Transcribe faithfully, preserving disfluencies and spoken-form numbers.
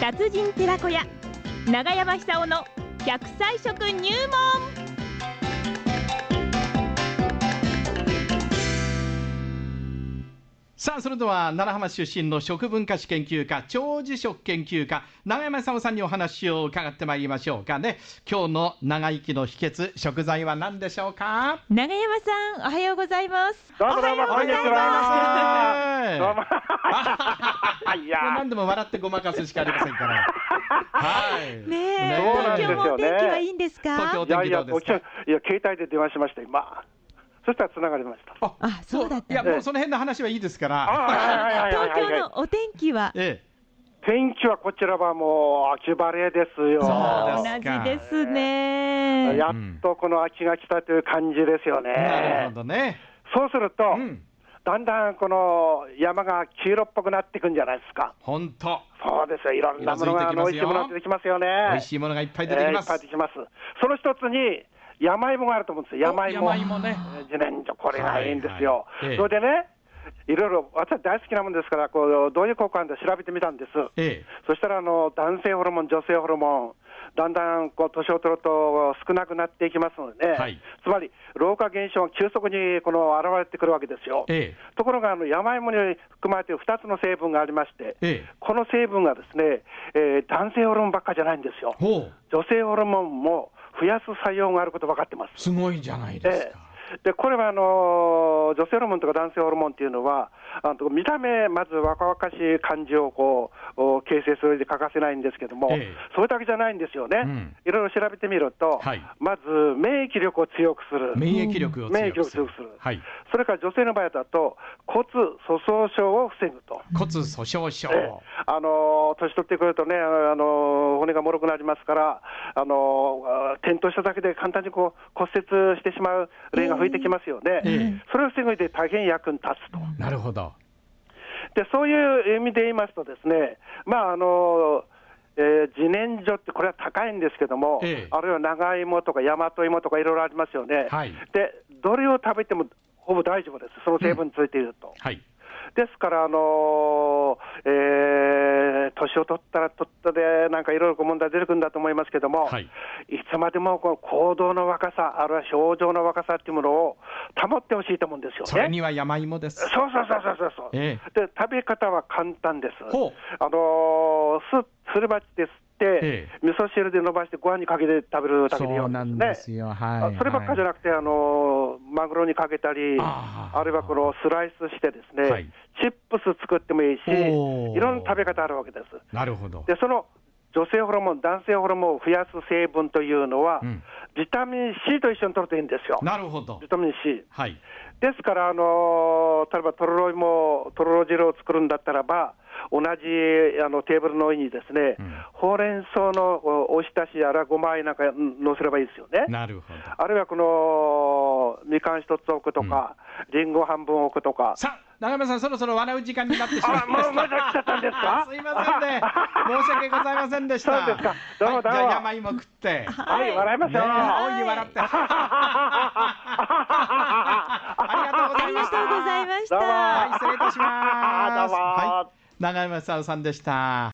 達人寺子屋長山久夫の百歳食入門。 さあ、それでは奈良浜出身の食文化史研究家、長寿食研究家、長山久夫さんにお話を伺ってまいりましょうかね。今日の長生きの秘訣、食材は何でしょうか。 長山さん、おはようございます。 どうもどうも、こんにちは。どうも。いや、 何でも笑ってごまかすしかありませんから。はい。 ねえ、東京もお天気はいいんですか。 東京お天気どうですか。 いやいや、いや、携帯で電話しました今。そしたら繋がりました。 あ、そうだった。いや、もうその辺の話はいいですから。 東京のお天気は。 ええ、天気はこちらはもう秋晴れですよ。 同じですね。 やっとこの秋が来たという感じですよね。 なるほどね。 そうすると、だんだんこの山が黄色っぽくなっていくんじゃないですか。 本当。 そうですよ。いろんなものが美味しいものが出てきますよね。 美味しいものがいっぱい出てきます。 いっぱい出てきます。その一つに山芋があると思うんですよ。山芋。 山芋ね。 自然薯、これがいいんですよ。それでね、いろいろ私大好きなもんですから、こうどういう効果で調べてみたんです。そしたらあの男性ホルモン、女性ホルモン、だんだんこう年を取ると少なくなっていきますのでね、はい、つまり老化現象が急速にこの現れてくるわけですよ。ええ、ところがあの山芋に含まれているふたつの成分がありまして、ええ、この成分がですね、えー、男性ホルモンばっかじゃないんですよ。女性ホルモンも増やす作用があること分かってます。 すごいじゃないですか。 ええ、でこれはあの女性ホルモンとか男性ホルモンっていうのはあの見た目まず若々しい感じをこう形成するで欠かせないんですけども、ええ、それだけじゃないんですよね。うん、いろいろ調べてみると、はい、まず免疫力を強くする。 免疫力を強くする。 するはい、それから女性の場合だと骨粗鬆症を防ぐと。 骨粗鬆症、 ええ、あの年取ってくるとね、あの骨が脆くなりますから、あの転倒しただけで簡単にこう骨折してしまう例が増えてきますよね。えー、それを防ぐで大変役に立つと。 なるほど。 でそういう意味で言いますとですね、まああのえー、自然薯ってこれは高いんですけども、えー、あるいは長芋とか大和芋とかいろいろありますよね。はい、でどれを食べてもほぼ大丈夫です。その成分についていると。うん、はい、ですから、あのーえー、年を取ったら取ったでなんかいろいろ問題出てくるんだと思いますけども、はい、いつまでもこの行動の若さあるいは表情の若さっていうものを保ってほしいと思うんですよね。 それには山芋です。 そうそうそうそうそう、えー、で食べ方は簡単です。あのー、すすり鉢ですええ、味噌汁で伸ばしてご飯にかけて食べるだけでいいわけですね。そうなんですよ、はい、そればっかじゃなくて、あのマグロにかけたり あ, あるいはこのスライスしてですね、はい、チップス作ってもいいしいろんな食べ方あるわけです。 なるほど。 でその女性ホルモン男性ホルモンを増やす成分というのは、うん、ビタミン C と一緒に摂るといいんですよ。 なるほど。 ビタミン C、 はい、 ですから、あの例えばとろろ芋とろろ汁を作るんだったらば同じあのテーブルの上にですね、うん、ほうれん草のおひたしやらごまあえなんか乗せればいいですよね。 なるほど。 あるいはこのみかん一つ置くとか、うん、りんご半分置くとか。 さあ長山さん、そろそろ笑う時間になってしまいました。 あ、もうまだ来ちゃったんですか。 すいませんね、申し訳ございませんでした。 そうですか。どうもどうも、 はい、じゃあ山芋食ってはい、笑いましょう。 大いに笑ってありがとうございました。 ありがとうございました。 はい、失礼いたします。 どうも、 はい、長山久夫さんでした。